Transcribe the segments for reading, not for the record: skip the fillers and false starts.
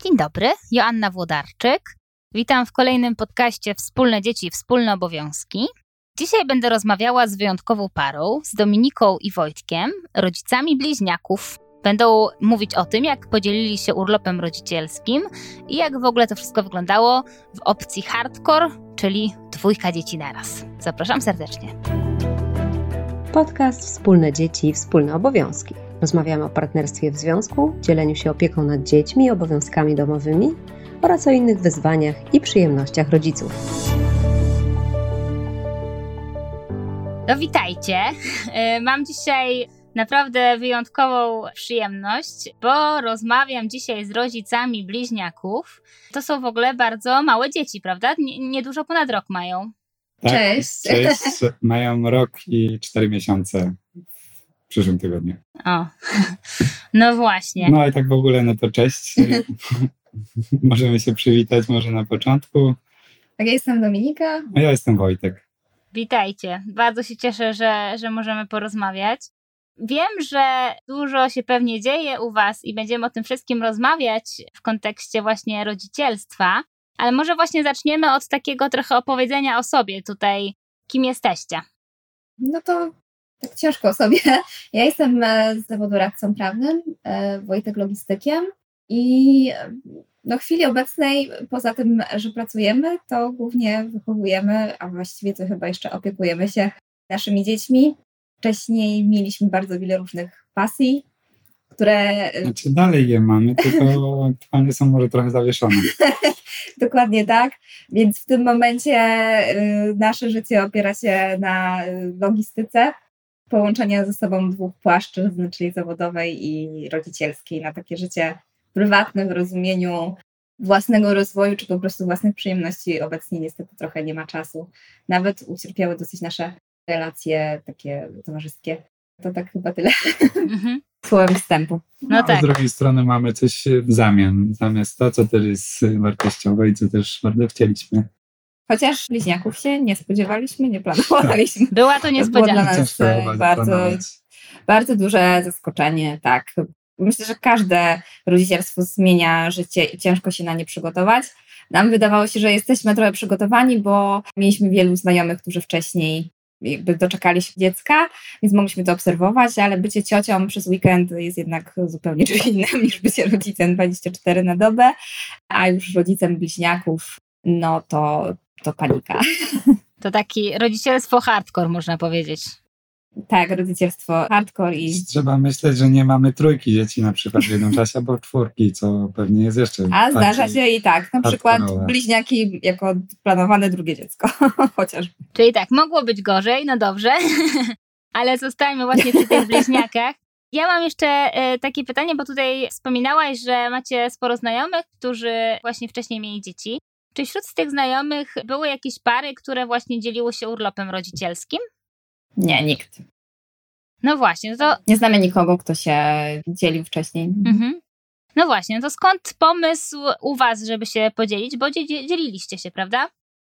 Dzień dobry, Joanna Włodarczyk. Witam w kolejnym podcaście Wspólne dzieci, wspólne obowiązki. Dzisiaj będę rozmawiała z wyjątkową parą, z Dominiką i Wojtkiem, rodzicami bliźniaków. Będą mówić o tym, jak podzielili się urlopem rodzicielskim i jak w ogóle to wszystko wyglądało w opcji hardcore, czyli 2 dzieci naraz. Zapraszam serdecznie. Podcast Wspólne dzieci, wspólne obowiązki. Rozmawiamy o partnerstwie w związku, dzieleniu się opieką nad dziećmi i obowiązkami domowymi oraz o innych wyzwaniach i przyjemnościach rodziców. No witajcie. Mam dzisiaj naprawdę wyjątkową przyjemność, bo rozmawiam dzisiaj z rodzicami bliźniaków. To są w ogóle bardzo małe dzieci, prawda? Niedużo ponad rok mają. Tak, Cześć. Mają rok i 4 miesiące w przyszłym tygodniu. O, no właśnie. No i tak w ogóle, no to cześć. Możemy się przywitać może na początku. Tak, ja jestem Dominika. A ja jestem Wojtek. Witajcie. Bardzo się cieszę, że możemy porozmawiać. Wiem, że dużo się pewnie dzieje u was i będziemy o tym wszystkim rozmawiać w kontekście właśnie rodzicielstwa, ale może właśnie zaczniemy od takiego trochę opowiedzenia o sobie tutaj. Kim jesteście? No to tak ciężko o sobie. Ja jestem z zawodu radcą prawnym, Wojtek logistykiem i w chwili obecnej, poza tym, że pracujemy, to głównie wychowujemy, a właściwie to chyba jeszcze opiekujemy się naszymi dziećmi. Wcześniej mieliśmy bardzo wiele różnych pasji, które... Znaczy dalej je mamy, tylko aktualnie są może trochę zawieszone. Dokładnie tak, więc w tym momencie nasze życie opiera się na logistyce, połączenia ze sobą 2 płaszczyzn, czyli zawodowej i rodzicielskiej, na takie życie prywatne w rozumieniu własnego rozwoju, czy po prostu własnych przyjemności. Obecnie niestety trochę nie ma czasu. Nawet ucierpiały dosyć nasze relacje takie towarzyskie. To tak chyba tyle. Słowem wstępu. No tak. A z drugiej strony mamy coś w zamian. Zamiast to, co też jest wartościowe i co też bardzo chcieliśmy. Chociaż bliźniaków się nie spodziewaliśmy, nie planowaliśmy. Była to niespodzianka. Było dla nas bardzo duże zaskoczenie, tak. Myślę, że każde rodzicielstwo zmienia życie i ciężko się na nie przygotować. Nam wydawało się, że jesteśmy trochę przygotowani, bo mieliśmy wielu znajomych, którzy wcześniej jakby doczekali się dziecka, więc mogliśmy to obserwować, ale bycie ciocią przez weekend jest jednak zupełnie czymś innym niż bycie rodzicem 24 na dobę, a już rodzicem bliźniaków, no to panika. To taki rodzicielstwo hardcore, można powiedzieć. Tak, rodzicielstwo hardcore i... Trzeba myśleć, że nie mamy 3 dzieci na przykład w jednym czasie, albo 4, co pewnie jest jeszcze... A zdarza się i tak, na przykład bliźniaki jako planowane drugie dziecko, chociażby. Czyli tak, mogło być gorzej, no dobrze, ale zostańmy właśnie przy tych bliźniakach. Ja mam jeszcze takie pytanie, bo tutaj wspominałaś, że macie sporo znajomych, którzy właśnie wcześniej mieli dzieci. Czy wśród tych znajomych były jakieś pary, które właśnie dzieliły się urlopem rodzicielskim? Nie, nikt. No właśnie, no to... Nie znamy nikogo, kto się dzielił wcześniej. Mhm. No właśnie, no to skąd pomysł u was, żeby się podzielić? Bo dzieliliście się, prawda?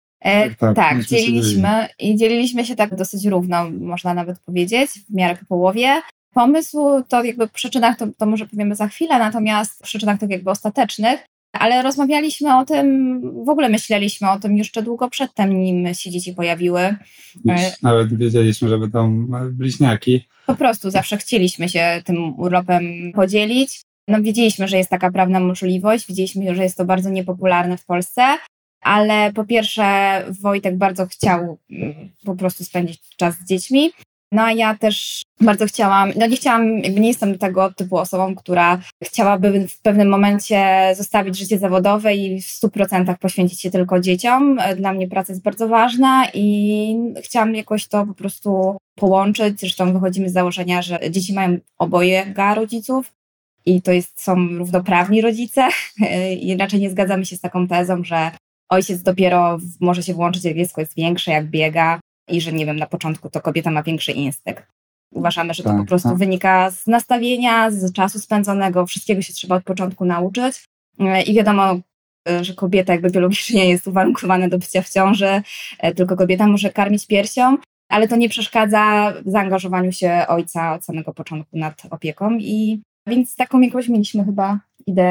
Tak, dzieliliśmy się tak dosyć równo, można nawet powiedzieć, w miarę po połowie. Pomysł to jakby w przyczynach, to może powiemy za chwilę, natomiast w przyczynach tak jakby ostatecznych, ale rozmawialiśmy o tym, w ogóle myśleliśmy o tym jeszcze długo przedtem, nim się dzieci pojawiły. Nawet wiedzieliśmy, że będą bliźniaki. Po prostu zawsze chcieliśmy się tym urlopem podzielić. No, wiedzieliśmy, że jest taka prawna możliwość, wiedzieliśmy, że jest to bardzo niepopularne w Polsce, ale po pierwsze Wojtek bardzo chciał po prostu spędzić czas z dziećmi. No a ja też bardzo chciałam, nie jestem tego typu osobą, która chciałaby w pewnym momencie zostawić życie zawodowe i w 100% poświęcić się tylko dzieciom. Dla mnie praca jest bardzo ważna i chciałam jakoś to po prostu połączyć. Zresztą wychodzimy z założenia, że dzieci mają obojga rodziców i to są równoprawni rodzice i raczej nie zgadzamy się z taką tezą, że ojciec dopiero może się włączyć, jak dziecko jest większe, jak biega. I że, nie wiem, na początku to kobieta ma większy instynkt. Uważamy, że to po prostu wynika z nastawienia, z czasu spędzonego, wszystkiego się trzeba od początku nauczyć. I wiadomo, że kobieta jakby biologicznie jest uwarunkowana do bycia w ciąży, tylko kobieta może karmić piersią, ale to nie przeszkadza w zaangażowaniu się ojca od samego początku nad opieką. I więc taką jakąś mieliśmy chyba ideę.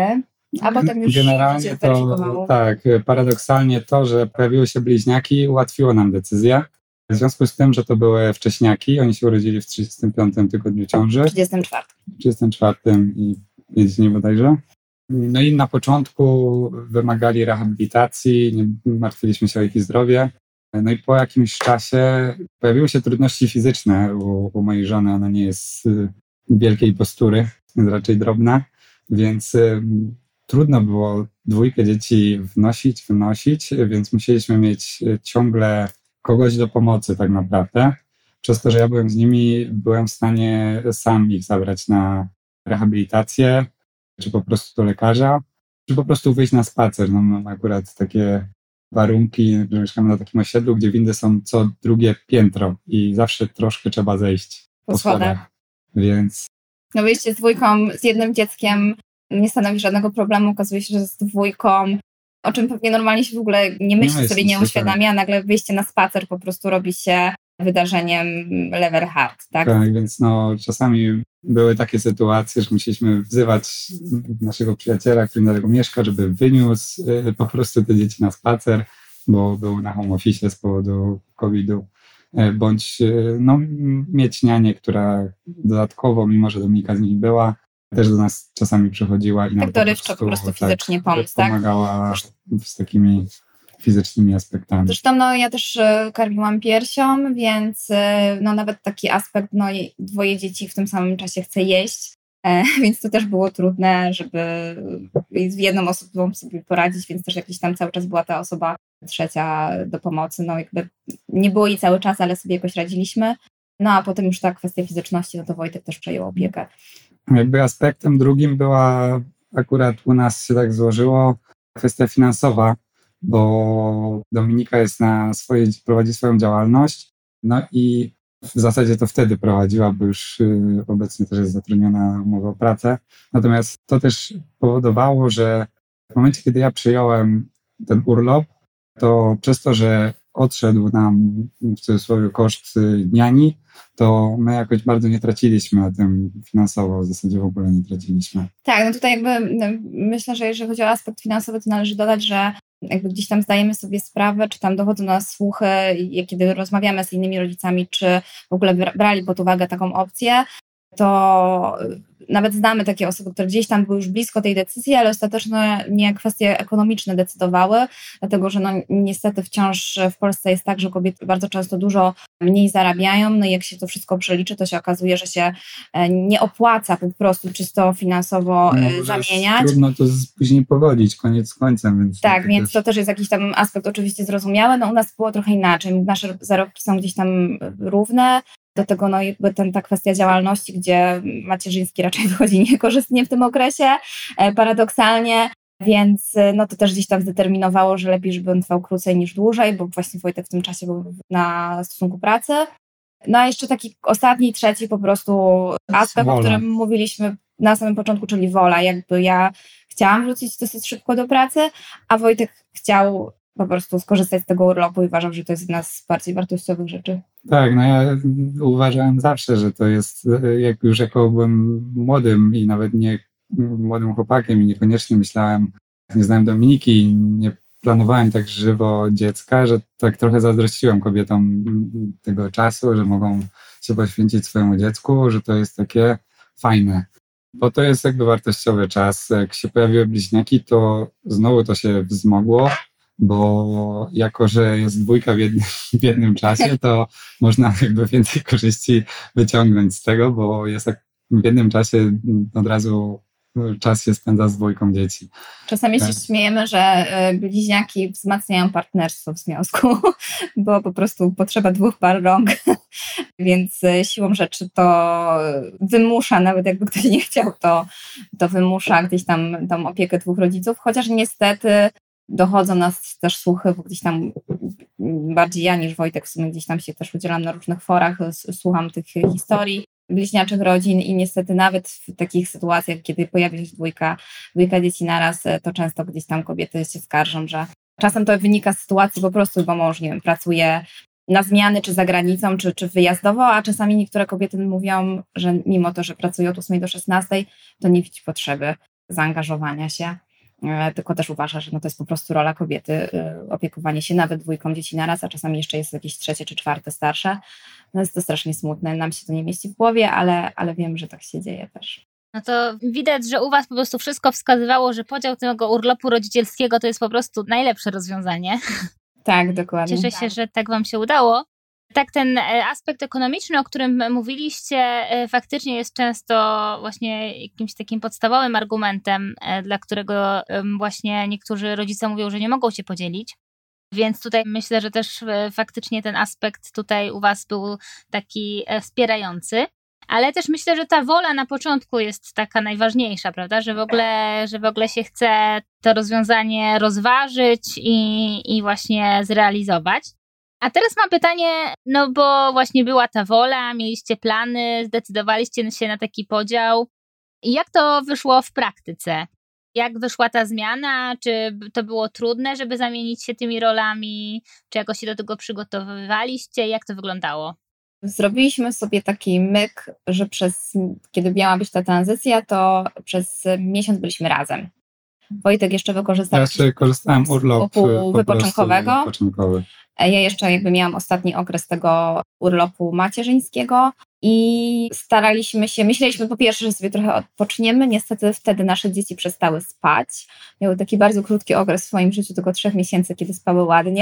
A potem już generalnie się to zweryfikowało. tak, paradoksalnie to, że pojawiły się bliźniaki, ułatwiło nam decyzję. W związku z tym, że to były wcześniaki, oni się urodzili w 35 tygodniu ciąży. 34. 34 i 5 dni bodajże. No i na początku wymagali rehabilitacji, nie martwiliśmy się o ich zdrowie. No i po jakimś czasie pojawiły się trudności fizyczne u mojej żony. Ona nie jest wielkiej postury, jest raczej drobna, więc trudno było 2 dzieci wynosić, więc musieliśmy mieć ciągle kogoś do pomocy tak naprawdę. Przez to, że ja byłem z nimi, byłem w stanie sam ich zabrać na rehabilitację, czy po prostu do lekarza, czy po prostu wyjść na spacer. No, mam akurat takie warunki, że mieszkamy na takim osiedlu, gdzie windy są co drugie piętro i zawsze troszkę trzeba zejść po schodach. Więc No wyjście z 2, z jednym dzieckiem nie stanowi żadnego problemu. Okazuje się, że z 2, o czym pewnie normalnie się w ogóle nie myśli, sobie nie uświadamia, a nagle wyjście na spacer po prostu robi się wydarzeniem level hard, tak? Tak, więc no czasami były takie sytuacje, że musieliśmy wzywać naszego przyjaciela, który na tego mieszka, żeby wyniósł po prostu te dzieci na spacer, bo był na home office z powodu COVID-u, bądź no, mieć nianię, która dodatkowo, mimo że Dominika z nimi była, też do nas czasami przychodziła i nam dorywczo po prostu fizycznie pomóc, tak? Pomagała z takimi fizycznymi aspektami. Zresztą no, ja też karmiłam piersią, więc no, nawet taki aspekt, no 2 dzieci w tym samym czasie chce jeść, więc to też było trudne, żeby z jedną osobą sobie poradzić, więc też jakiś tam cały czas była ta osoba trzecia do pomocy, no jakby nie było jej cały czas, ale sobie jakoś radziliśmy. No a potem już ta kwestia fizyczności, no to Wojtek też przejął opiekę. Jakby aspektem drugim była, akurat u nas się tak złożyło, kwestia finansowa, bo Dominika prowadzi swoją działalność, no i w zasadzie to wtedy prowadziła, bo już obecnie też jest zatrudniona na umowę o pracę. Natomiast to też powodowało, że w momencie, kiedy ja przyjąłem ten urlop, to przez to, że odszedł nam w cudzysłowie koszt niani, to my jakoś bardzo nie traciliśmy na tym finansowo, w zasadzie w ogóle nie traciliśmy. Tak, no tutaj jakby myślę, że jeżeli chodzi o aspekt finansowy, to należy dodać, że jakby gdzieś tam zdajemy sobie sprawę, czy tam dochodzą do nas słuchy, kiedy rozmawiamy z innymi rodzicami, czy w ogóle brali pod uwagę taką opcję, to nawet znamy takie osoby, które gdzieś tam były już blisko tej decyzji, ale ostatecznie nie kwestie ekonomiczne decydowały, dlatego że no niestety wciąż w Polsce jest tak, że kobiety bardzo często dużo mniej zarabiają, no i jak się to wszystko przeliczy, to się okazuje, że się nie opłaca po prostu czysto finansowo zamieniać. Trudno to później pogodzić, koniec z końcem. Więc tak, więc to też jest jakiś tam aspekt oczywiście zrozumiały. No u nas było trochę inaczej, nasze zarobki są gdzieś tam równe. Do tego no jakby ta kwestia działalności, gdzie macierzyński raczej wychodzi niekorzystnie w tym okresie, paradoksalnie, więc no to też gdzieś tam zdeterminowało, że lepiej, żeby on trwał krócej niż dłużej, bo właśnie Wojtek w tym czasie był na stosunku pracy. No a jeszcze taki ostatni, trzeci po prostu aspekt, o którym mówiliśmy na samym początku, czyli wola. Jakby ja chciałam wrócić dosyć szybko do pracy, a Wojtek chciał po prostu skorzystać z tego urlopu i uważam, że to jest jedna z bardziej wartościowych rzeczy. Tak, no ja uważałem zawsze, że to jest, jak już jako byłem młodym i nawet nie młodym chłopakiem i niekoniecznie myślałem, nie znałem Dominiki, nie planowałem tak żywo dziecka, że tak trochę zazdrościłem kobietom tego czasu, że mogą się poświęcić swojemu dziecku, że to jest takie fajne. Bo to jest jakby wartościowy czas. Jak się pojawiły bliźniaki, to znowu to się wzmogło, bo jako, że jest 2 w jednym czasie, to można jakby więcej korzyści wyciągnąć z tego, bo jest tak w jednym czasie od razu czas się spędza z 2 dzieci. Czasami się śmiejemy, że bliźniaki wzmacniają partnerstwo w związku, bo po prostu potrzeba 2 par rąk, więc siłą rzeczy to wymusza, nawet jakby ktoś nie chciał, to wymusza gdzieś tam tą opiekę 2 rodziców, chociaż niestety dochodzą nas też słuchy, bo gdzieś tam bardziej ja niż Wojtek w sumie gdzieś tam się też udzielam na różnych forach, słucham tych historii bliźniaczych rodzin i niestety nawet w takich sytuacjach, kiedy pojawia się 2 dzieci naraz, to często gdzieś tam kobiety się skarżą, że czasem to wynika z sytuacji po prostu, bo mąż, nie wiem, pracuje na zmiany, czy za granicą, czy wyjazdowo, a czasami niektóre kobiety mówią, że mimo to, że pracują od 8 do 16, to nie widzi potrzeby zaangażowania się. tylko też uważa, że to jest po prostu rola kobiety, opiekowanie się nawet 2 dzieci naraz, a czasami jeszcze jest jakieś 3 czy 4 starsze. No jest to strasznie smutne, nam się to nie mieści w głowie, ale wiem, że tak się dzieje też. No to widać, że u was po prostu wszystko wskazywało, że podział tego urlopu rodzicielskiego to jest po prostu najlepsze rozwiązanie. Tak, dokładnie. Cieszę się, że tak wam się udało. Tak, ten aspekt ekonomiczny, o którym mówiliście, faktycznie jest często właśnie jakimś takim podstawowym argumentem, dla którego właśnie niektórzy rodzice mówią, że nie mogą się podzielić. Więc tutaj myślę, że też faktycznie ten aspekt tutaj u was był taki wspierający. Ale też myślę, że ta wola na początku jest taka najważniejsza, prawda? Że w ogóle się chce to rozwiązanie rozważyć i właśnie zrealizować. A teraz mam pytanie, no bo właśnie była ta wola, mieliście plany, zdecydowaliście się na taki podział. I jak to wyszło w praktyce? Jak wyszła ta zmiana? Czy to było trudne, żeby zamienić się tymi rolami? Czy jakoś się do tego przygotowywaliście? Jak to wyglądało? Zrobiliśmy sobie taki myk, że kiedy miała być ta tranzycja, to przez miesiąc byliśmy razem. Wojtek jeszcze wykorzystał... Ja jeszcze korzystałem urlopu wypoczynkowego. Wypoczynkowy. Ja jeszcze miałam ostatni okres tego urlopu macierzyńskiego i myśleliśmy po pierwsze, że sobie trochę odpoczniemy. Niestety wtedy nasze dzieci przestały spać. Miały taki bardzo krótki okres w swoim życiu, tylko 3 miesięcy, kiedy spały ładnie.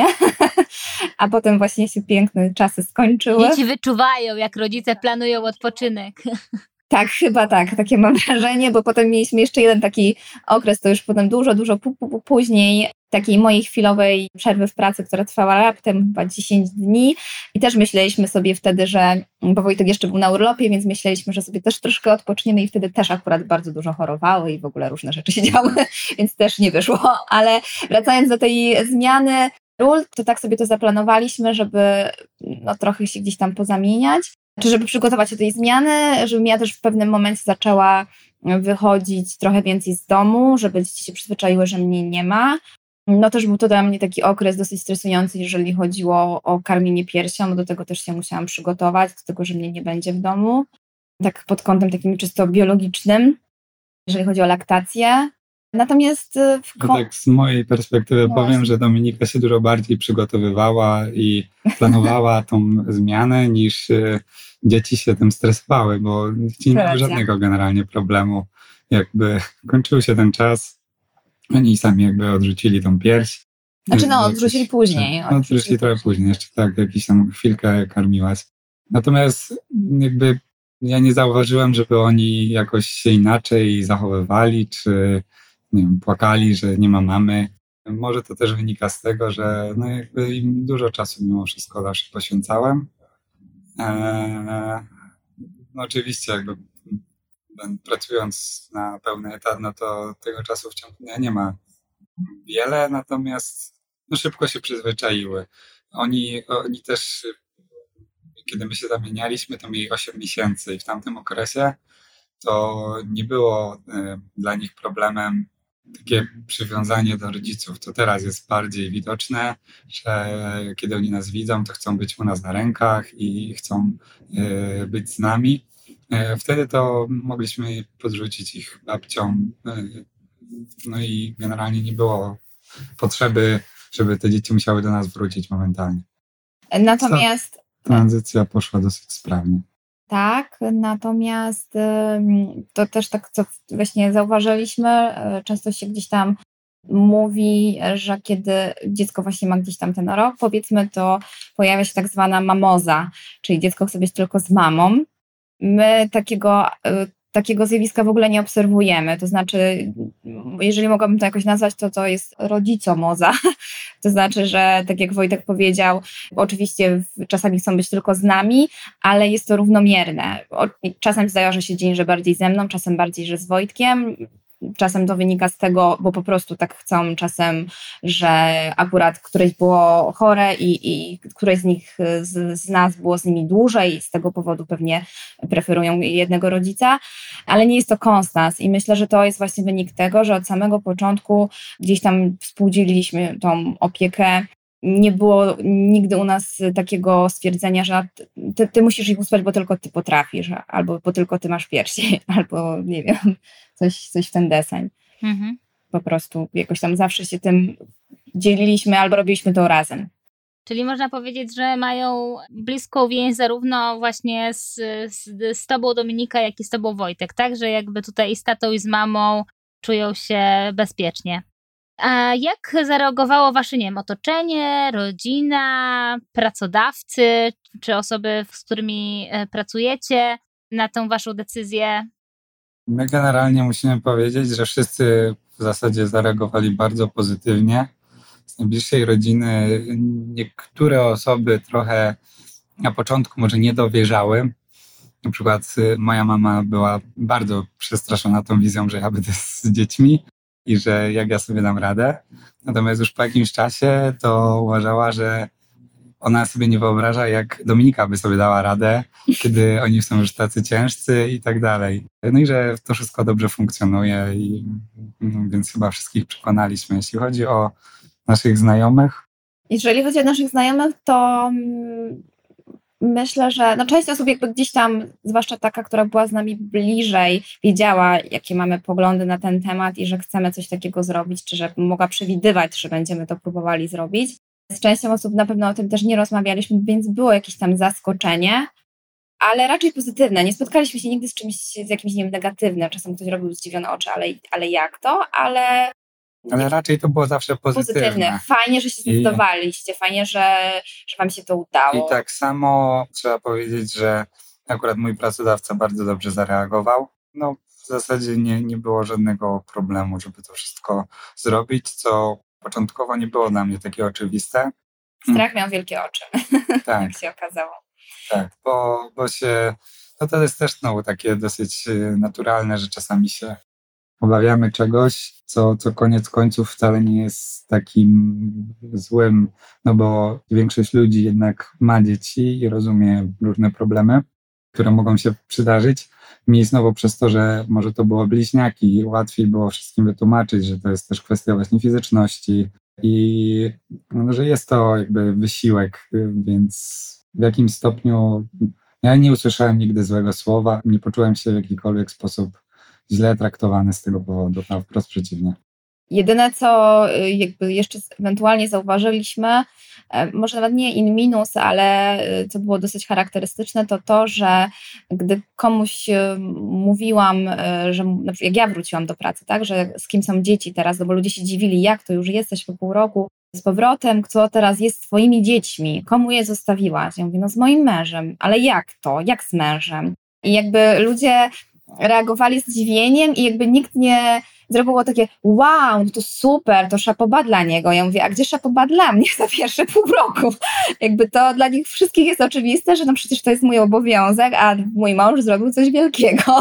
A potem właśnie się piękne czasy skończyły. Dzieci wyczuwają, jak rodzice planują odpoczynek. Tak, chyba tak, takie mam wrażenie, bo potem mieliśmy jeszcze jeden taki okres, to już potem dużo później, takiej mojej chwilowej przerwy w pracy, która trwała raptem chyba 10 dni i też myśleliśmy sobie wtedy, bo Wojtek jeszcze był na urlopie, więc myśleliśmy, że sobie też troszkę odpoczniemy i wtedy też akurat bardzo dużo chorowały i w ogóle różne rzeczy się działy, więc też nie wyszło, ale wracając do tej zmiany ról, to tak sobie to zaplanowaliśmy, żeby trochę się gdzieś tam pozamieniać. Czy żeby przygotować się do tej zmiany, żebym ja też w pewnym momencie zaczęła wychodzić trochę więcej z domu, żeby dzieci się przyzwyczaiły, że mnie nie ma. No też był to dla mnie taki okres dosyć stresujący, jeżeli chodziło o karmienie piersią, bo do tego też się musiałam przygotować, do tego, że mnie nie będzie w domu. Tak pod kątem takim czysto biologicznym, jeżeli chodzi o laktację. Natomiast tak z mojej perspektywy powiem, że Dominika się dużo bardziej przygotowywała i planowała tą zmianę niż dzieci się tym stresowały, bo dzieci nie miały żadnego generalnie problemu. Jakby kończył się ten czas, oni sami jakby odrzucili tą pierś. Odrzucili później. Odrzucili trochę później, jeszcze tak jakiś tam chwilkę karmiłaś. Natomiast jakby ja nie zauważyłem, żeby oni jakoś się inaczej zachowywali, czy nie wiem, płakali, że nie ma mamy. Może to też wynika z tego, że jakby im dużo czasu mimo wszystko zawsze poświęcałem. Oczywiście jakby pracując na pełny etat, to tego czasu w ciągu dnia nie ma wiele, natomiast szybko się przyzwyczaiły. Oni też, kiedy my się zamienialiśmy, to mieli 8 miesięcy i w tamtym okresie to nie było dla nich problemem takie przywiązanie do rodziców. To teraz jest bardziej widoczne, że kiedy oni nas widzą, to chcą być u nas na rękach i chcą być z nami. Wtedy to mogliśmy podrzucić ich babciom. No i generalnie nie było potrzeby, żeby te dzieci musiały do nas wrócić momentalnie. Natomiast tranzycja poszła dosyć sprawnie. Tak, natomiast to też tak, co właśnie zauważyliśmy, często się gdzieś tam mówi, że kiedy dziecko właśnie ma gdzieś tam ten rok, powiedzmy, to pojawia się tak zwana mamoza, czyli dziecko chce być tylko z mamą. My takiego zjawiska w ogóle nie obserwujemy, to znaczy, jeżeli mogłabym to jakoś nazwać, to jest rodzicomoza, to znaczy, że tak jak Wojtek powiedział, oczywiście czasami chcą być tylko z nami, ale jest to równomierne. Czasem zdarza się dzień, że bardziej ze mną, czasem bardziej, że z Wojtkiem. Czasem to wynika z tego, bo po prostu tak chcą, czasem, że akurat któreś było chore i któreś z nich, z nas było z nimi dłużej i z tego powodu pewnie preferują jednego rodzica, ale nie jest to konstans i myślę, że to jest właśnie wynik tego, że od samego początku gdzieś tam współdzieliliśmy tą opiekę. Nie było nigdy u nas takiego stwierdzenia, że ty musisz ich uspać, bo tylko ty potrafisz, albo bo tylko ty masz piersi, albo nie wiem, coś w ten deseń. po prostu jakoś tam zawsze się tym dzieliliśmy albo robiliśmy to razem. Czyli można powiedzieć, że mają bliską więź zarówno właśnie z tobą, Dominika, jak i z tobą, Wojtek, tak? Że jakby tutaj i z tatą, i z mamą czują się bezpiecznie. A jak zareagowało wasze, nie wiem, otoczenie, rodzina, pracodawcy, czy osoby, z którymi pracujecie na tą waszą decyzję? My generalnie musimy powiedzieć, że wszyscy w zasadzie zareagowali bardzo pozytywnie. Z najbliższej rodziny niektóre osoby trochę na początku może nie dowierzały. Na przykład moja mama była bardzo przestraszona tą wizją, że ja będę z dziećmi i że jak ja sobie dam radę. Natomiast już po jakimś czasie to uważała, że ona sobie nie wyobraża, jak Dominika by sobie dała radę, kiedy oni są już tacy ciężcy i tak dalej. No i że to wszystko dobrze funkcjonuje, więc chyba wszystkich przekonaliśmy. Jeśli chodzi o naszych znajomych. Jeżeli chodzi o naszych znajomych, to myślę, że część osób jakby gdzieś tam, zwłaszcza taka, która była z nami bliżej, wiedziała, jakie mamy poglądy na ten temat i że chcemy coś takiego zrobić, czy że mogła przewidywać, że będziemy to próbowali zrobić. Z częścią osób na pewno o tym też nie rozmawialiśmy, więc było jakieś tam zaskoczenie, ale raczej pozytywne. Nie spotkaliśmy się nigdy z jakimś, nie wiem, negatywnym. Czasem ktoś robił zdziwione oczy, ale jak to? Ale raczej to było zawsze pozytywne. Fajnie, że się zdecydowaliście, fajnie, że wam się to udało. I tak samo trzeba powiedzieć, że akurat mój pracodawca bardzo dobrze zareagował. W zasadzie nie było żadnego problemu, żeby to wszystko zrobić, co początkowo nie było dla mnie takie oczywiste. Strach miał wielkie oczy, tak. Jak się okazało. Tak, bo się, to jest też takie dosyć naturalne, że czasami się obawiamy czegoś, co koniec końców wcale nie jest takim złym, bo większość ludzi jednak ma dzieci i rozumie różne problemy, które mogą się przydarzyć. Mi znowu przez to, że może to było bliźniaki, łatwiej było wszystkim wytłumaczyć, że to jest też kwestia właśnie fizyczności i że jest to jakby wysiłek, więc w jakimś stopniu ja nie usłyszałem nigdy złego słowa, nie poczułem się w jakikolwiek sposób źle traktowany z tego powodu, a wprost przeciwnie. Jedyne, co jakby jeszcze ewentualnie zauważyliśmy, może nawet nie in minus, ale co było dosyć charakterystyczne, to, że gdy komuś mówiłam, że na przykład jak ja wróciłam do pracy, tak, że z kim są dzieci teraz, bo ludzie się dziwili, jak to już jesteś po pół roku z powrotem, kto teraz jest z twoimi dziećmi, komu je zostawiłaś? Ja mówię, z moim mężem, ale jak to? Jak z mężem? I jakby ludzie reagowali z zdziwieniem i jakby nikt nie zrobiło takie wow, to super, to szapoba dla niego. Ja mówię, a gdzie szapoba dla mnie za pierwsze pół roku? Jakby to dla nich wszystkich jest oczywiste, że przecież to jest mój obowiązek, a mój mąż zrobił coś wielkiego.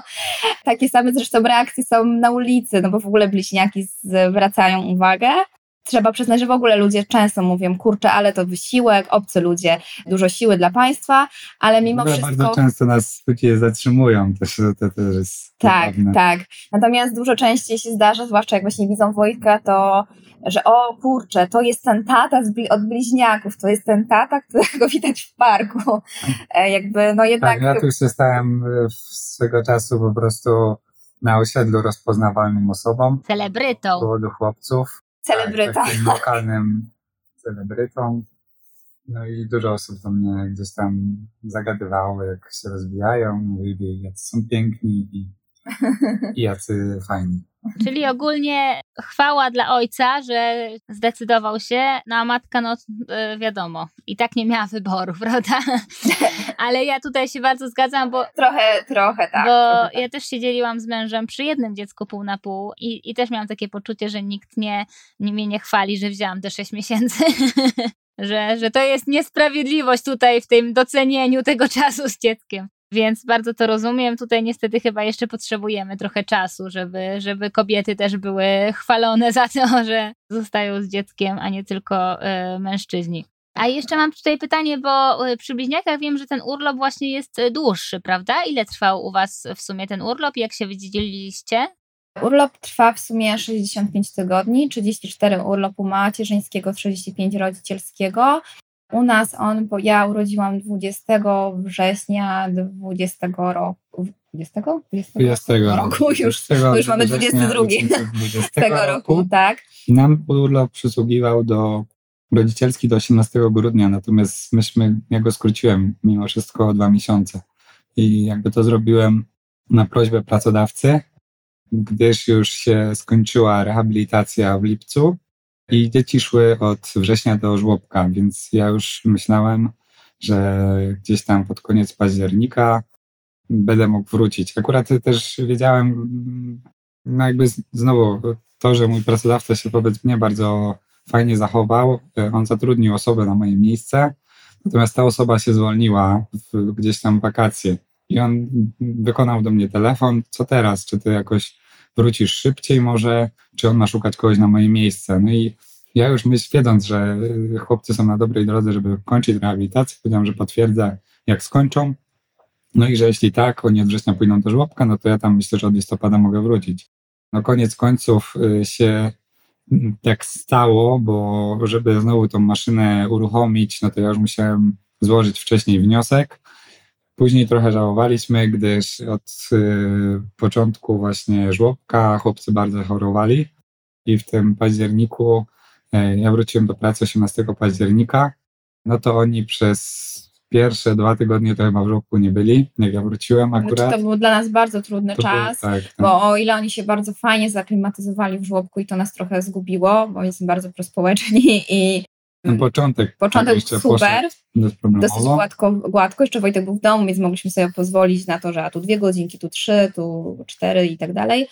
Takie same zresztą reakcje są na ulicy, bo w ogóle bliźniaki zwracają uwagę. Trzeba przyznać, że w ogóle ludzie często mówią, kurczę, ale to wysiłek, obcy ludzie, dużo siły dla państwa, ale mimo wszystko... Bardzo często nas ludzie zatrzymują, to też jest Tak. Natomiast dużo częściej się zdarza, zwłaszcza jak właśnie widzą Wojtka, to że o kurczę, to jest ten tata od bliźniaków, to jest ten tata, którego widać w parku. Jednak... Tak, ja tu się stałem swego czasu po prostu na osiedlu rozpoznawalną osobą. Celebrytą. Z powodu chłopców. Celebryta. Takim lokalnym celebrytą. No i dużo osób do mnie gdzieś tam zagadywało, jak się rozwijają, mówili, jacy są piękni i jacy fajni. Czyli ogólnie chwała dla ojca, że zdecydował się, a matka, wiadomo, i tak nie miała wyboru, prawda? Ale ja tutaj się bardzo zgadzam, bo... Trochę tak. Bo ja też się dzieliłam z mężem przy jednym dziecku pół na pół i też miałam takie poczucie, że nikt mnie nie chwali, że wzięłam te 6 miesięcy. że to jest niesprawiedliwość tutaj w tym docenieniu tego czasu z dzieckiem. Więc bardzo to rozumiem. Tutaj niestety chyba jeszcze potrzebujemy trochę czasu, żeby kobiety też były chwalone za to, że zostają z dzieckiem, a nie tylko mężczyźni. A jeszcze mam tutaj pytanie, bo przy bliźniakach wiem, że ten urlop właśnie jest dłuższy, prawda? Ile trwał u was w sumie ten urlop? Jak się wydzieliliście? Urlop trwa w sumie 65 tygodni, 34 urlopu macierzyńskiego, 35 rodzicielskiego. U nas ja urodziłam 20 września 20 roku. Już mamy 22 tego roku, tak. I nam urlop przysługiwał rodzicielski do 18 grudnia, natomiast ja go skróciłem mimo wszystko o 2 miesiące. I jakby to zrobiłem na prośbę pracodawcy, gdyż już się skończyła rehabilitacja w lipcu i dzieci szły od września do żłobka, więc ja już myślałem, że gdzieś tam pod koniec października będę mógł wrócić. Akurat też wiedziałem, no jakby znowu to, że mój pracodawca się wobec mnie bardzo fajnie zachował. On zatrudnił osobę na moje miejsce, natomiast ta osoba się zwolniła gdzieś tam w wakacje i on wykonał do mnie telefon, co teraz, czy ty jakoś wrócisz szybciej może, czy on ma szukać kogoś na moje miejsce. No i ja już wiedząc, że chłopcy są na dobrej drodze, żeby kończyć rehabilitację, powiedziałem, że potwierdzę, jak skończą. No i że jeśli tak, oni od września pójdą do żłobka, no to ja tam myślę, że od listopada mogę wrócić. No koniec końców się tak stało, bo żeby znowu tą maszynę uruchomić, no to ja już musiałem złożyć wcześniej wniosek. Później trochę żałowaliśmy, gdyż od początku właśnie żłobka chłopcy bardzo chorowali i w tym październiku, ja wróciłem do pracy 18 października, no to oni przez pierwsze 2 tygodnie to chyba w żłobku nie byli, jak ja wróciłem akurat. To był dla nas bardzo trudny czas, tak. Bo o ile oni się bardzo fajnie zaklimatyzowali w żłobku i to nas trochę zgubiło, bo jesteśmy bardzo prospołeczni i początek był super, dosyć gładko. Jeszcze Wojtek był w domu, więc mogliśmy sobie pozwolić na to, że tu 2 godzinki, tu 3, tu 4 i tak dalej.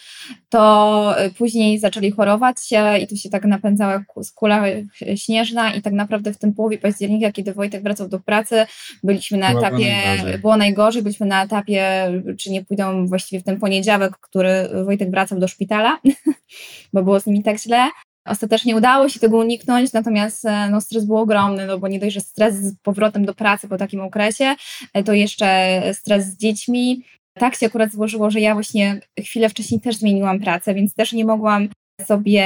To później zaczęli chorować i tu się tak napędzała kula śnieżna i tak naprawdę w tym połowie października, kiedy Wojtek wracał do pracy, byliśmy na etapie, było najgorzej, byliśmy na etapie, czy nie pójdą właściwie w ten poniedziałek, który Wojtek wracał do szpitala, bo było z nimi tak źle. Ostatecznie udało się tego uniknąć, natomiast stres był ogromny, bo nie dość, że stres z powrotem do pracy po takim okresie, to jeszcze stres z dziećmi. Tak się akurat złożyło, że ja właśnie chwilę wcześniej też zmieniłam pracę, więc też nie mogłam sobie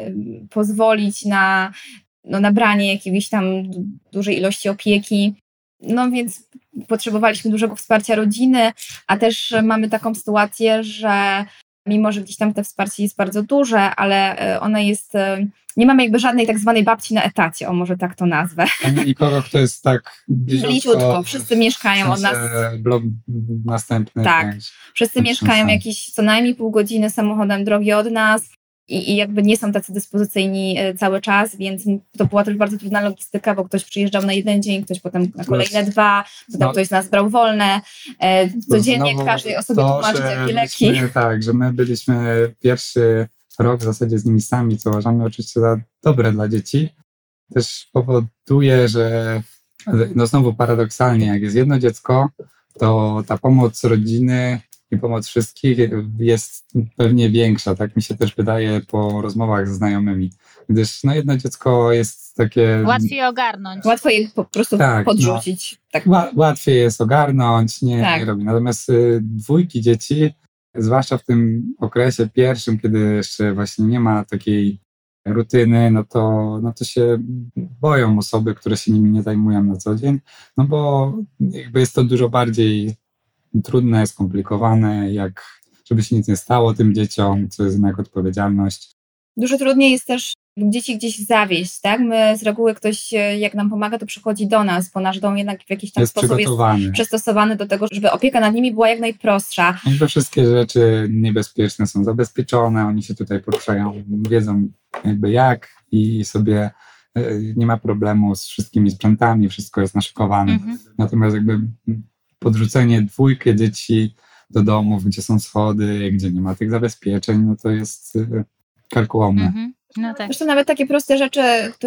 pozwolić na branie jakiejś tam dużej ilości opieki. No więc potrzebowaliśmy dużego wsparcia rodziny, a też mamy taką sytuację, że mimo, że gdzieś tam to wsparcie jest bardzo duże, ale ona jest, nie mamy jakby żadnej tak zwanej babci na etacie, może tak to nazwę. Nikogo, kto jest tak bliziutko, wszyscy mieszkają od nas. Blok następny. Tak, wszyscy mieszkają jakieś co najmniej pół godziny samochodem drogi od nas i jakby nie są tacy dyspozycyjni cały czas, więc to była też bardzo trudna logistyka, bo ktoś przyjeżdżał na 1 dzień, ktoś potem na kolejne 2, potem ktoś z nas brał wolne. Codziennie każdej osobie tłumaczyć, jakie leki. Tak, że my byliśmy pierwszy rok w zasadzie z nimi sami, co uważamy oczywiście za dobre dla dzieci. Też powoduje, że znowu paradoksalnie, jak jest jedno dziecko, to ta pomoc rodziny i pomoc wszystkich jest pewnie większa, tak mi się też wydaje po rozmowach ze znajomymi, gdyż jedno dziecko jest takie... Łatwiej ogarnąć. Łatwiej po prostu podrzucić. Tak. Łatwiej jest ogarnąć, nie robi. Natomiast 2 dzieci, zwłaszcza w tym okresie pierwszym, kiedy jeszcze właśnie nie ma takiej rutyny, no to się boją osoby, które się nimi nie zajmują na co dzień, no bo jakby jest to dużo bardziej trudne, skomplikowane, żeby się nic nie stało tym dzieciom, co jest jednak odpowiedzialność. Dużo trudniej jest też dzieci gdzieś zawieźć, tak? My z reguły ktoś, jak nam pomaga, to przychodzi do nas, bo nasz dom jednak w jakiś tam sposób jest przystosowany do tego, żeby opieka nad nimi była jak najprostsza. Jakby wszystkie rzeczy niebezpieczne są zabezpieczone, oni się tutaj poruszają, wiedzą jakby jak i sobie nie ma problemu z wszystkimi sprzętami, wszystko jest naszykowane. Natomiast jakby podrzucenie 2 dzieci do domów, gdzie są schody, gdzie nie ma tych zabezpieczeń, no to jest karkołomne. No tak. Zresztą nawet takie proste rzeczy,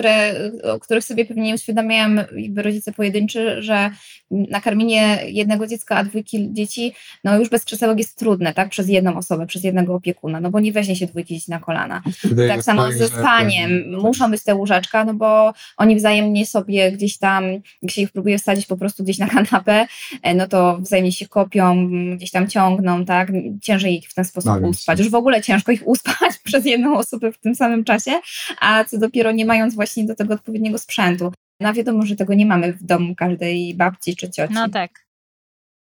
o których sobie pewnie nie uświadamiają jakby rodzice pojedynczy, że nakarmienie 1 dziecka, a 2 dzieci, już bez krzesełek jest trudne, tak? Przez 1 osobę, przez 1 opiekuna, bo nie weźmie się 2 dzieci na kolana. Tak samo ze spaniem. Muszą być te łóżeczka, bo oni wzajemnie sobie gdzieś tam, jak się ich próbuje wsadzić po prostu gdzieś na kanapę, no to wzajemnie się kopią, gdzieś tam ciągną, tak? Ciężej ich w ten sposób uspać. Już w ogóle ciężko ich uspać przez 1 osobę w tym samym czasie, a co dopiero nie mając właśnie do tego odpowiedniego sprzętu. No wiadomo, że tego nie mamy w domu każdej babci czy cioci. No tak.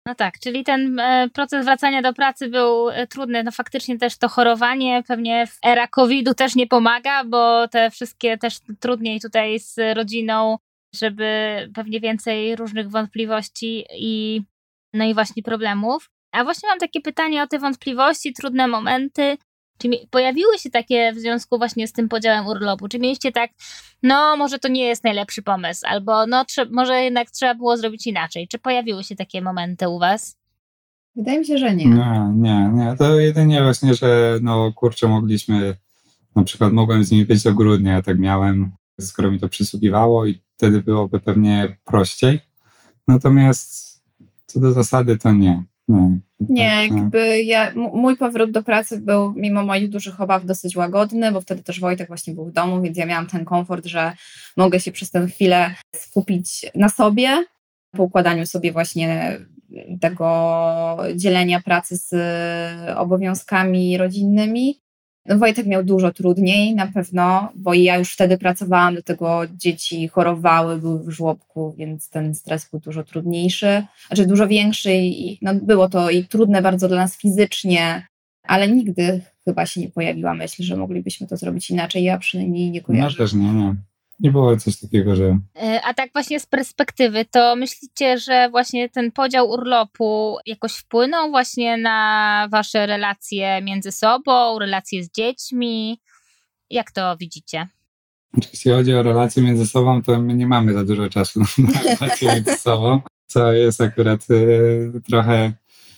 No tak, czyli ten proces wracania do pracy był trudny. No faktycznie też to chorowanie pewnie w era COVID-u też nie pomaga, bo te wszystkie też trudniej tutaj z rodziną, żeby pewnie więcej różnych wątpliwości no i właśnie problemów. A właśnie mam takie pytanie o te wątpliwości, trudne momenty. Czy pojawiły się takie w związku właśnie z tym podziałem urlopu? Czy mieliście tak, no może to nie jest najlepszy pomysł, albo no może jednak trzeba było zrobić inaczej? Czy pojawiły się takie momenty u was? Wydaje mi się, że nie. Nie. To jedynie właśnie, że no kurczę, na przykład mogłem z nimi być do grudnia, ja tak miałem, skoro mi to przysługiwało i wtedy byłoby pewnie prościej. Natomiast co do zasady to nie. Nie, mój powrót do pracy był mimo moich dużych obaw dosyć łagodny, bo wtedy też Wojtek właśnie był w domu, więc ja miałam ten komfort, że mogę się przez tę chwilę skupić na sobie, po układaniu sobie właśnie tego dzielenia pracy z obowiązkami rodzinnymi. No Wojtek miał dużo trudniej na pewno, bo ja już wtedy pracowałam, do tego dzieci chorowały, były w żłobku, więc ten stres był dużo trudniejszy, dużo większy i no było to i trudne bardzo dla nas fizycznie, ale nigdy chyba się nie pojawiła myśl, że moglibyśmy to zrobić inaczej. Ja przynajmniej nie kojarzę. No też nie. Nie było coś takiego, że... A tak właśnie z perspektywy, to myślicie, że właśnie ten podział urlopu jakoś wpłynął właśnie na wasze relacje między sobą, relacje z dziećmi? Jak to widzicie? Jeśli chodzi o relacje między sobą, to my nie mamy za dużo czasu na relacje między sobą, co jest akurat trochę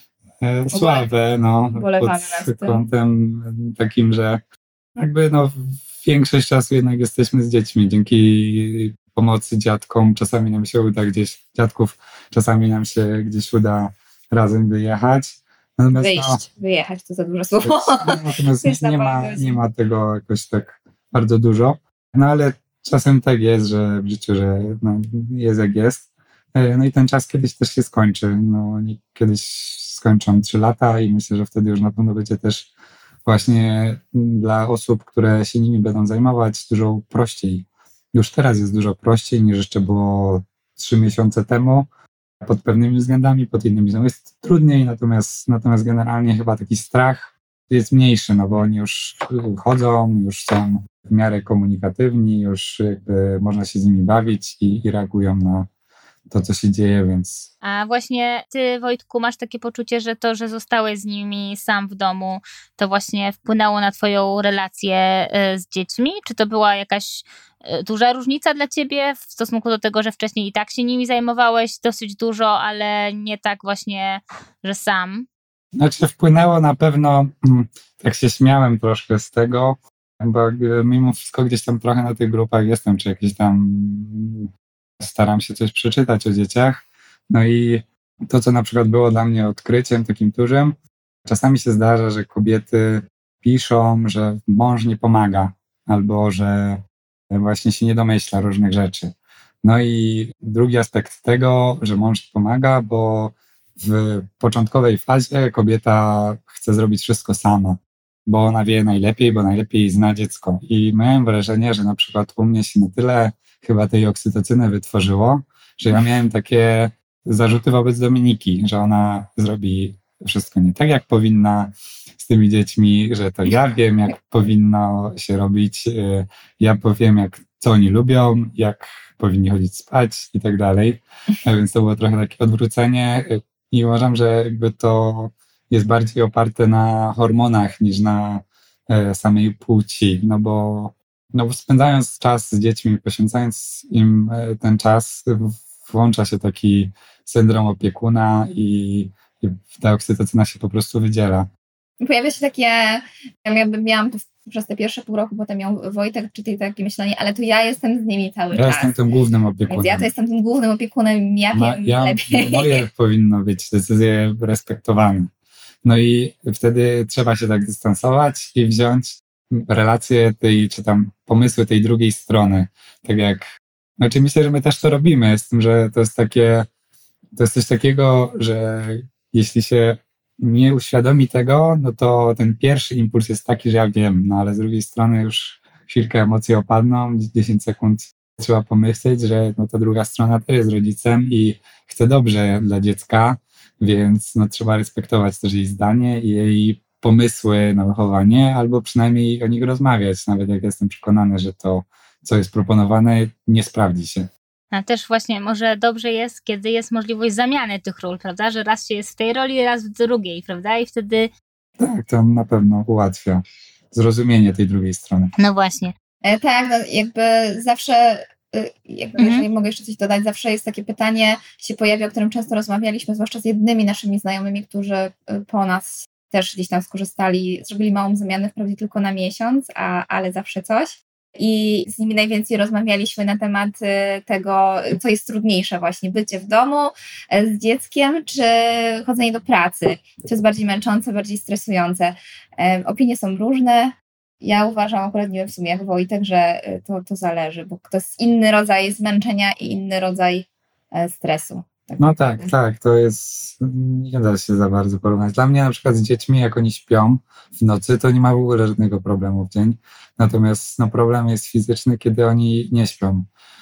słabe, pod kątem takim, że jakby większość czasu jednak jesteśmy z dziećmi dzięki pomocy dziadkom. Czasami nam się uda czasami nam się gdzieś uda razem wyjechać. Natomiast, wyjechać to za duże słowo. Natomiast nie ma tego jakoś tak bardzo dużo. No ale czasem tak jest, że w życiu, że jest jak jest. No i ten czas kiedyś też się skończy. Kiedyś skończą 3 lata i myślę, że wtedy już na pewno będzie też właśnie dla osób, które się nimi będą zajmować, dużo prościej. Już teraz jest dużo prościej niż jeszcze było 3 miesiące temu. Pod pewnymi względami, pod innymi jest trudniej, natomiast generalnie chyba taki strach jest mniejszy, bo oni już chodzą, już są w miarę komunikatywni, już jakby można się z nimi bawić i reagują na to, co się dzieje, więc... A właśnie ty, Wojtku, masz takie poczucie, że to, że zostałeś z nimi sam w domu, to właśnie wpłynęło na twoją relację z dziećmi? Czy to była jakaś duża różnica dla ciebie w stosunku do tego, że wcześniej i tak się nimi zajmowałeś dosyć dużo, ale nie tak właśnie, że sam? Znaczy wpłynęło na pewno, tak się śmiałem troszkę z tego, bo mimo wszystko gdzieś tam trochę na tych grupach jestem, czy jakieś tam staram się coś przeczytać o dzieciach. No i to, co na przykład było dla mnie odkryciem takim dużym, czasami się zdarza, że kobiety piszą, że mąż nie pomaga, albo że właśnie się nie domyśla różnych rzeczy. No i drugi aspekt tego, że mąż pomaga, bo w początkowej fazie kobieta chce zrobić wszystko sama, bo ona wie najlepiej, bo najlepiej zna dziecko. I miałem wrażenie, że na przykład u mnie się na tyle chyba tej oksytocyny wytworzyło, że ja miałem takie zarzuty wobec Dominiki, że ona zrobi wszystko nie tak, jak powinna z tymi dziećmi, że to ja wiem, jak powinno się robić, ja powiem, co oni lubią, jak powinni chodzić spać i tak dalej. Więc to było trochę takie odwrócenie i uważam, że jakby to jest bardziej oparte na hormonach niż na samej płci, no bo spędzając czas z dziećmi, poświęcając im ten czas, włącza się taki syndrom opiekuna i ta oksytocyna się po prostu wydziela. Pojawia się takie, ja miałam to przez te pierwsze pół roku, potem miał Wojtek, czy takie myślenie, ale to ja jestem z nimi cały czas. Ja jestem tym głównym opiekunem. Więc ja to jestem tym głównym opiekunem, ja wiem lepiej. Moje powinno być decyzje respektowane. No i wtedy trzeba się tak dystansować i wziąć relacje czy tam pomysły tej drugiej strony. Tak jak, myślę, że my też to robimy, z tym, że to jest coś takiego, że jeśli się nie uświadomi tego, no to ten pierwszy impuls jest taki, że ja wiem, ale z drugiej strony już chwilkę emocje opadną, 10 sekund trzeba pomyśleć, że ta druga strona też jest rodzicem i chce dobrze dla dziecka, więc no, trzeba respektować też jej zdanie i jej pomysły na wychowanie, albo przynajmniej o nich rozmawiać, nawet jak jestem przekonany, że to, co jest proponowane, nie sprawdzi się. A też właśnie może dobrze jest, kiedy jest możliwość zamiany tych ról, prawda? Że raz się jest w tej roli, raz w drugiej, prawda? I wtedy... Tak, to na pewno ułatwia zrozumienie tej drugiej strony. No właśnie. Tak, no jakby zawsze, jeżeli mogę jeszcze coś dodać, zawsze jest takie pytanie, się pojawia, o którym często rozmawialiśmy, zwłaszcza z jednymi naszymi znajomymi, którzy po nas też gdzieś tam skorzystali, zrobili małą zamianę, wprawdzie tylko na miesiąc, ale zawsze coś. I z nimi najwięcej rozmawialiśmy na temat tego, co jest trudniejsze właśnie, bycie w domu z dzieckiem, czy chodzenie do pracy, co jest bardziej męczące, bardziej stresujące. Opinie są różne. Ja uważam, akurat nie wiem w sumie jak Wojtek, że to zależy, bo to jest inny rodzaj zmęczenia i inny rodzaj stresu. Tak no tak, to jest, nie da się za bardzo porównać. Dla mnie na przykład z dziećmi, jak oni śpią w nocy, to nie ma w ogóle żadnego problemu w dzień. Natomiast no, problem jest fizyczny, kiedy oni nie śpią.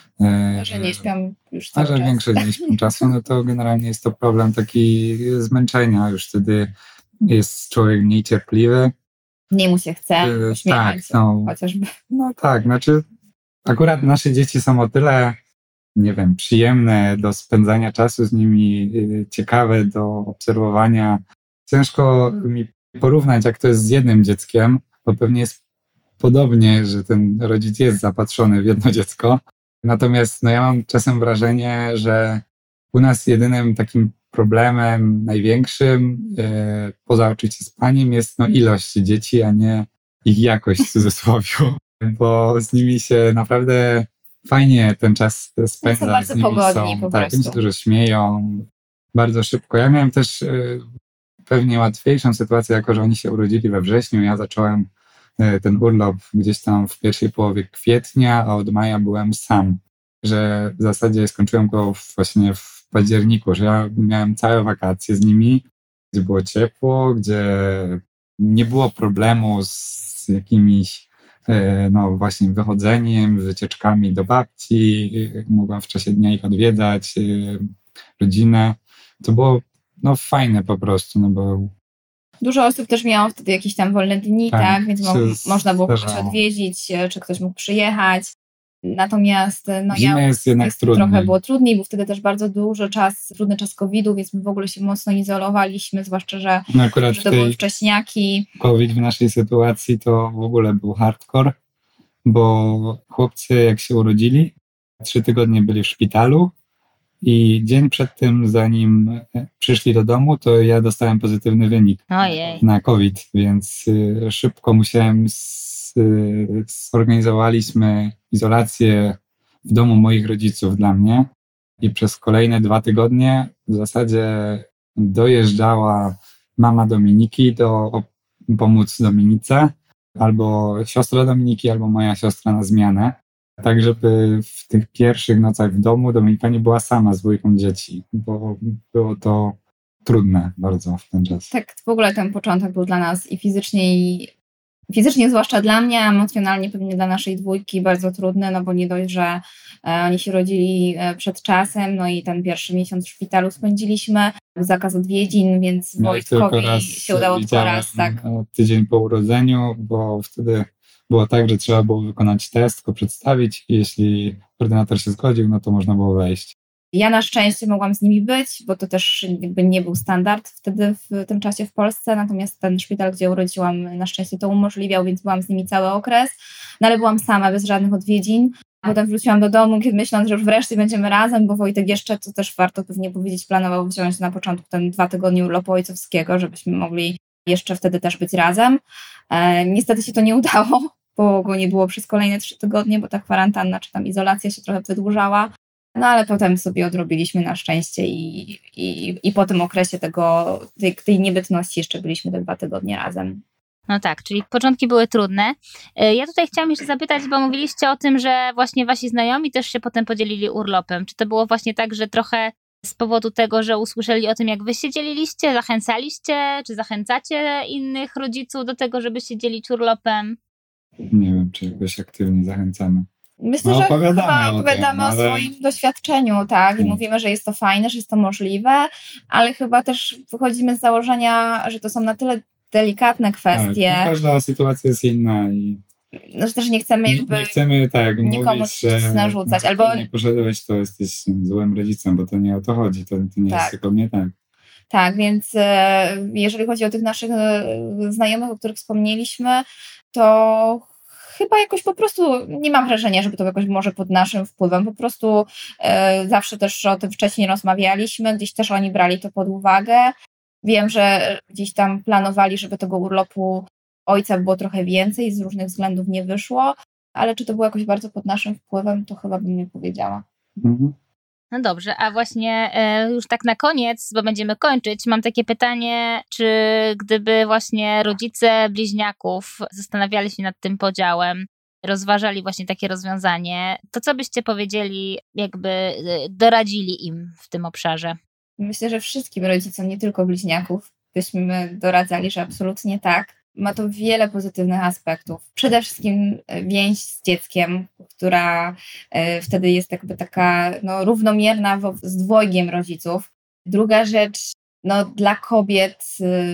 Że nie śpią już cały czas. A że większość nie śpią czasu, no to generalnie jest to problem taki zmęczenia. Już wtedy jest człowiek mniej cierpliwy. Nie mu się chce śmiewać, tak, no, chociażby. No tak, znaczy akurat nasze dzieci są o tyle, nie wiem, przyjemne do spędzania czasu z nimi, ciekawe do obserwowania. Ciężko mi porównać, jak to jest z jednym dzieckiem, bo pewnie jest podobnie, że ten rodzic jest zapatrzony w jedno dziecko. Natomiast no, ja mam czasem wrażenie, że u nas jedynym takim problemem największym, poza oczywiście spaniem, jest no, ilość dzieci, a nie ich jakość w cudzysłowie, bo z nimi się naprawdę fajnie ten czas spędza. Są bardzo pogodni po prostu. Oni się dużo śmieją, bardzo szybko. Ja miałem też pewnie łatwiejszą sytuację, jako że oni się urodzili we wrześniu. Ja zacząłem ten urlop gdzieś tam w pierwszej połowie kwietnia, a od maja byłem sam. Że w zasadzie skończyłem go właśnie w październiku, że ja miałem całe wakacje z nimi, gdzie było ciepło, gdzie nie było problemu z jakimiś no właśnie wychodzeniem, wycieczkami do babci, mogłem w czasie dnia ich odwiedzać, rodzinę. To było no fajne po prostu, no bo dużo osób też miało wtedy jakieś tam wolne dni, tak? Więc można było kogoś odwiedzić, czy ktoś mógł przyjechać. Natomiast no jest jednak trochę było trudniej, bo wtedy też bardzo trudny czas COVID-u, więc my w ogóle się mocno izolowaliśmy, zwłaszcza, że to były wcześniaki. COVID w naszej sytuacji to w ogóle był hardcore, bo chłopcy jak się urodzili, 3 tygodnie byli w szpitalu i dzień przed tym, zanim przyszli do domu, to ja dostałem pozytywny wynik na COVID, więc szybko zorganizowaliśmy izolację w domu moich rodziców dla mnie i przez kolejne 2 tygodnie w zasadzie dojeżdżała mama Dominiki pomóc Dominice, albo siostra Dominiki, albo moja siostra na zmianę, tak żeby w tych pierwszych nocach w domu Dominika nie była sama z 2 dzieci, bo było to trudne bardzo w ten czas. Tak, w ogóle ten początek był dla nas i fizycznie zwłaszcza dla mnie, a emocjonalnie pewnie dla naszej 2 bardzo trudny, no bo nie dość, że oni się rodzili przed czasem, no i ten pierwszy miesiąc w szpitalu spędziliśmy, zakaz odwiedzin, więc Wojtkowi się udało tylko raz. Tak. Tydzień po urodzeniu, bo wtedy było tak, że trzeba było wykonać test, go przedstawić i jeśli ordynator się zgodził, no to można było wejść. Ja na szczęście mogłam z nimi być, bo to też jakby nie był standard wtedy w tym czasie w Polsce, natomiast ten szpital, gdzie urodziłam, na szczęście to umożliwiał, więc byłam z nimi cały okres, no ale byłam sama, bez żadnych odwiedzin. Potem wróciłam do domu, kiedy myśląc, że już wreszcie będziemy razem, bo Wojtek jeszcze, co też warto pewnie powiedzieć, planował wziąć na początku ten 2 tygodnie urlopu ojcowskiego, żebyśmy mogli jeszcze wtedy też być razem. Niestety się to nie udało, bo go nie było przez kolejne 3 tygodnie, bo ta kwarantanna czy tam izolacja się trochę wydłużała. No ale potem sobie odrobiliśmy na szczęście i po tym okresie tej niebytności jeszcze byliśmy te 2 tygodnie razem. No tak, czyli początki były trudne. Ja tutaj chciałam jeszcze zapytać, bo mówiliście o tym, że właśnie wasi znajomi też się potem podzielili urlopem. Czy to było właśnie tak, że trochę z powodu tego, że usłyszeli o tym, jak wy się dzieliliście, zachęcaliście, czy zachęcacie innych rodziców do tego, żeby się dzielić urlopem? Nie wiem, czy jakoś aktywnie zachęcamy. Myślę, że chyba o opowiadamy o swoim doświadczeniu, tak, i mówimy, że jest to fajne, że jest to możliwe, ale chyba też wychodzimy z założenia, że to są na tyle delikatne kwestie. Tak, każda sytuacja jest inna i że też nie chcemy jakby nikomu mówić, narzucać. Albo nie poszedłeś, to jesteś złym rodzicem, bo to nie o to chodzi, to nie jest tylko mnie tak. Tak, więc jeżeli chodzi o tych naszych znajomych, o których wspomnieliśmy, to chyba jakoś po prostu nie mam wrażenia, żeby to jakoś może pod naszym wpływem. Po prostu zawsze też o tym wcześniej rozmawialiśmy, gdzieś też oni brali to pod uwagę. Wiem, że gdzieś tam planowali, żeby tego urlopu ojca było trochę więcej, z różnych względów nie wyszło, ale czy to było jakoś bardzo pod naszym wpływem, to chyba bym nie powiedziała. Mhm. No dobrze, a właśnie już tak na koniec, bo będziemy kończyć, mam takie pytanie, czy gdyby właśnie rodzice bliźniaków zastanawiali się nad tym podziałem, rozważali właśnie takie rozwiązanie, to co byście powiedzieli, jakby doradzili im w tym obszarze? Myślę, że wszystkim rodzicom, nie tylko bliźniaków, byśmy doradzali, że absolutnie tak. Ma to wiele pozytywnych aspektów. Przede wszystkim więź z dzieckiem, która wtedy jest jakby taka równomierna z dwojgiem rodziców. Druga rzecz, dla kobiet,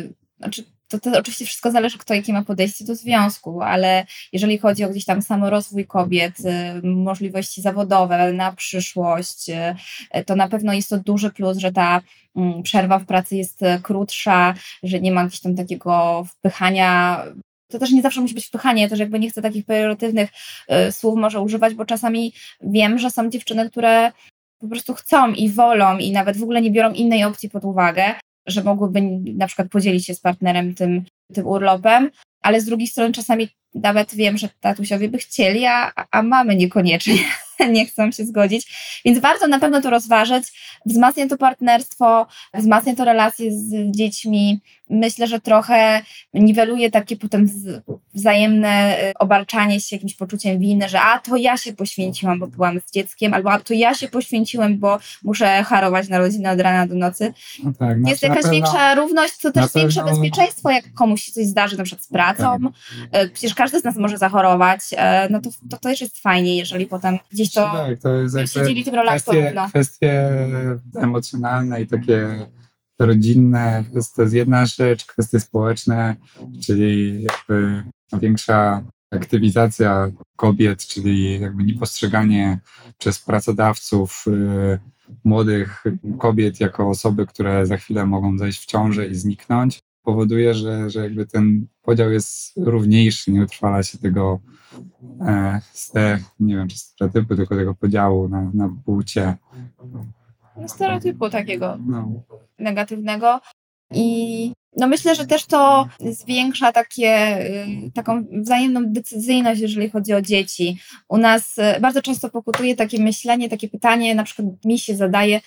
to oczywiście wszystko zależy, kto jakie ma podejście do związku, ale jeżeli chodzi o gdzieś tam samorozwój kobiet, możliwości zawodowe na przyszłość, to na pewno jest to duży plus, że ta przerwa w pracy jest krótsza, że nie ma gdzieś tam takiego wpychania. To też nie zawsze musi być wpychanie, ja też jakby nie chcę takich pejoratywnych słów może używać, bo czasami wiem, że są dziewczyny, które po prostu chcą i wolą i nawet w ogóle nie biorą innej opcji pod uwagę, że mogłyby na przykład podzielić się z partnerem tym urlopem, ale z drugiej strony czasami nawet wiem, że tatusiowie by chcieli, a mamy niekoniecznie nie chcą się zgodzić, więc warto na pewno to rozważyć, wzmacnia to partnerstwo, wzmacnia to relacje z dziećmi, myślę, że trochę niweluje takie potem wzajemne obarczanie się jakimś poczuciem winy, że to ja się poświęciłam, bo byłam z dzieckiem, albo to ja się poświęciłem, bo muszę harować na rodzinę od rana do nocy. No tak, jest jakaś większa równość, to też większe bezpieczeństwo, jak komuś się coś zdarzy, na przykład z pracą. Tak. Przecież każdy z nas może zachorować, to też jest fajnie, jeżeli potem gdzieś to jest się dzieli tym rolach kwestie emocjonalne i takie rodzinne, to jest jedna rzecz, kwestie społeczne, czyli jakby większa aktywizacja kobiet, czyli jakby niepostrzeganie przez pracodawców młodych kobiet jako osoby, które za chwilę mogą zajść w ciążę i zniknąć, powoduje, że jakby ten podział jest równiejszy, nie utrwala się tego nie wiem, czy stereotypu, tylko tego podziału na płcie. Stereotypu takiego negatywnego. I myślę, że też to zwiększa taką wzajemną decyzyjność, jeżeli chodzi o dzieci. U nas bardzo często pokutuje takie myślenie, takie pytanie, na przykład mi się zadaje,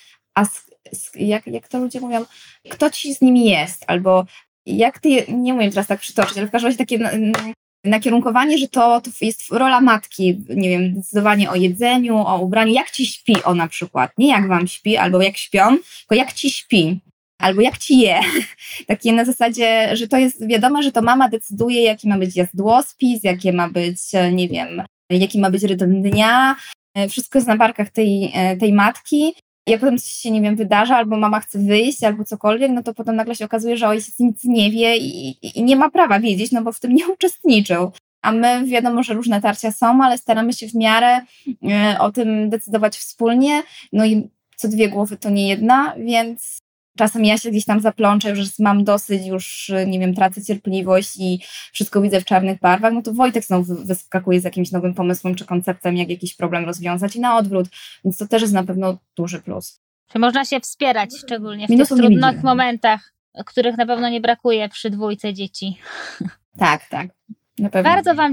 jak to ludzie mówią, kto ci z nimi jest? Albo jak ty, nie umiem teraz tak przytoczyć, ale w każdym razie takie nakierunkowanie, że to jest rola matki, nie wiem, decydowanie o jedzeniu, o ubraniu, jak ci śpi na przykład, nie jak wam śpi, albo jak śpią, tylko jak ci śpi, albo jak ci je. Takie na zasadzie, że to jest wiadomo, że to mama decyduje, jaki ma być jadłospis, jakie ma być, nie wiem, jaki ma być rytm dnia, wszystko jest na barkach tej matki. Jak potem coś się, nie wiem, wydarza, albo mama chce wyjść, albo cokolwiek, to potem nagle się okazuje, że ojciec nic nie wie i nie ma prawa wiedzieć, bo w tym nie uczestniczył. A my wiadomo, że różne tarcia są, ale staramy się w miarę o tym decydować wspólnie. I co dwie głowy to nie jedna, więc czasem ja się gdzieś tam zaplączę, już mam dosyć, już nie wiem, tracę cierpliwość i wszystko widzę w czarnych barwach, to Wojtek znowu wyskakuje z jakimś nowym pomysłem czy konceptem, jak jakiś problem rozwiązać i na odwrót, więc to też jest na pewno duży plus. Czy można się wspierać, szczególnie w tych trudnych momentach, których na pewno nie brakuje przy dwójce dzieci? Tak. Na pewno.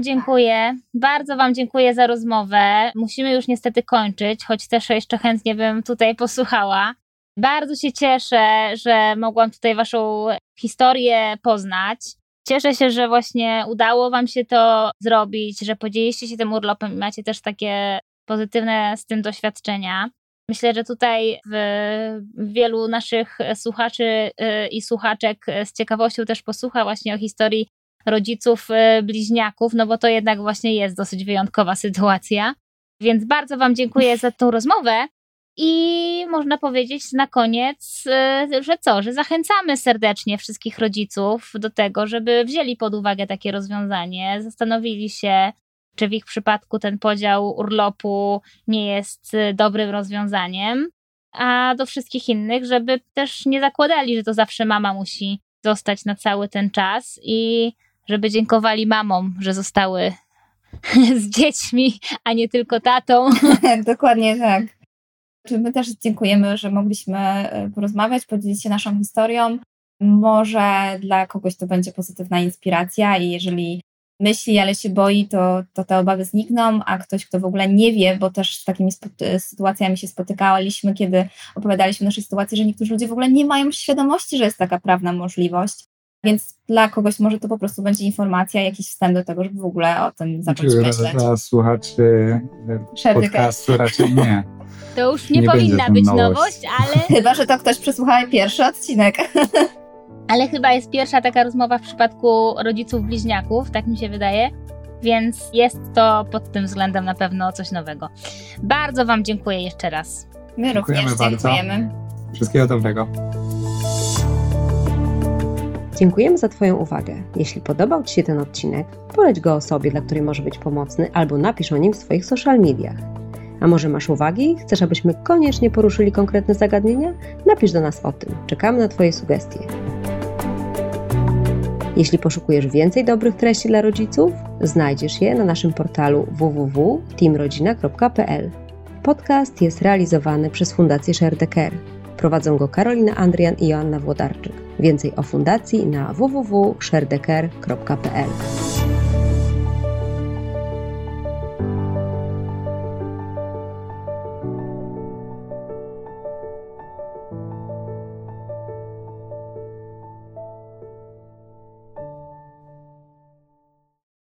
Bardzo Wam dziękuję za rozmowę. Musimy już niestety kończyć, choć też jeszcze chętnie bym tutaj posłuchała. Bardzo się cieszę, że mogłam tutaj Waszą historię poznać. Cieszę się, że właśnie udało Wam się to zrobić, że podzieliliście się tym urlopem i macie też takie pozytywne z tym doświadczenia. Myślę, że tutaj wielu naszych słuchaczy i słuchaczek z ciekawością też posłucha właśnie o historii rodziców bliźniaków, bo to jednak właśnie jest dosyć wyjątkowa sytuacja. Więc bardzo Wam dziękuję za tą rozmowę i można powiedzieć na koniec, że zachęcamy serdecznie wszystkich rodziców do tego, żeby wzięli pod uwagę takie rozwiązanie, zastanowili się, czy w ich przypadku ten podział urlopu nie jest dobrym rozwiązaniem, a do wszystkich innych, żeby też nie zakładali, że to zawsze mama musi zostać na cały ten czas i żeby dziękowali mamom, że zostały z dziećmi, a nie tylko tatą. Dokładnie tak. My też dziękujemy, że mogliśmy porozmawiać, podzielić się naszą historią. Może dla kogoś to będzie pozytywna inspiracja i jeżeli myśli, ale się boi, to te obawy znikną, a ktoś, kto w ogóle nie wie, bo też z takimi sytuacjami się spotykaliśmy, kiedy opowiadaliśmy o naszej sytuacji, że niektórzy ludzie w ogóle nie mają świadomości, że jest taka prawna możliwość. Więc dla kogoś może to po prostu będzie informacja, jakiś wstęp do tego, żeby w ogóle o tym zacząć myśleć. Dla słuchaczy podcastu raczej nie. To już nie powinna być nowość, ale... Chyba, że to ktoś przesłucha pierwszy odcinek. Ale chyba jest pierwsza taka rozmowa w przypadku rodziców bliźniaków, tak mi się wydaje. Więc jest to pod tym względem na pewno coś nowego. Bardzo Wam dziękuję jeszcze raz. My również dziękujemy. Wszystkiego dobrego. Dziękujemy za Twoją uwagę. Jeśli podobał Ci się ten odcinek, poleć go osobie, dla której może być pomocny, albo napisz o nim w swoich social mediach. A może masz uwagi? Chcesz, abyśmy koniecznie poruszyli konkretne zagadnienia? Napisz do nas o tym. Czekamy na Twoje sugestie. Jeśli poszukujesz więcej dobrych treści dla rodziców, znajdziesz je na naszym portalu www.teamrodzina.pl. Podcast jest realizowany przez Fundację Share the Care. Prowadzą go Karolina Andrian i Joanna Włodarczyk. Więcej o fundacji na www.sharedecare.pl.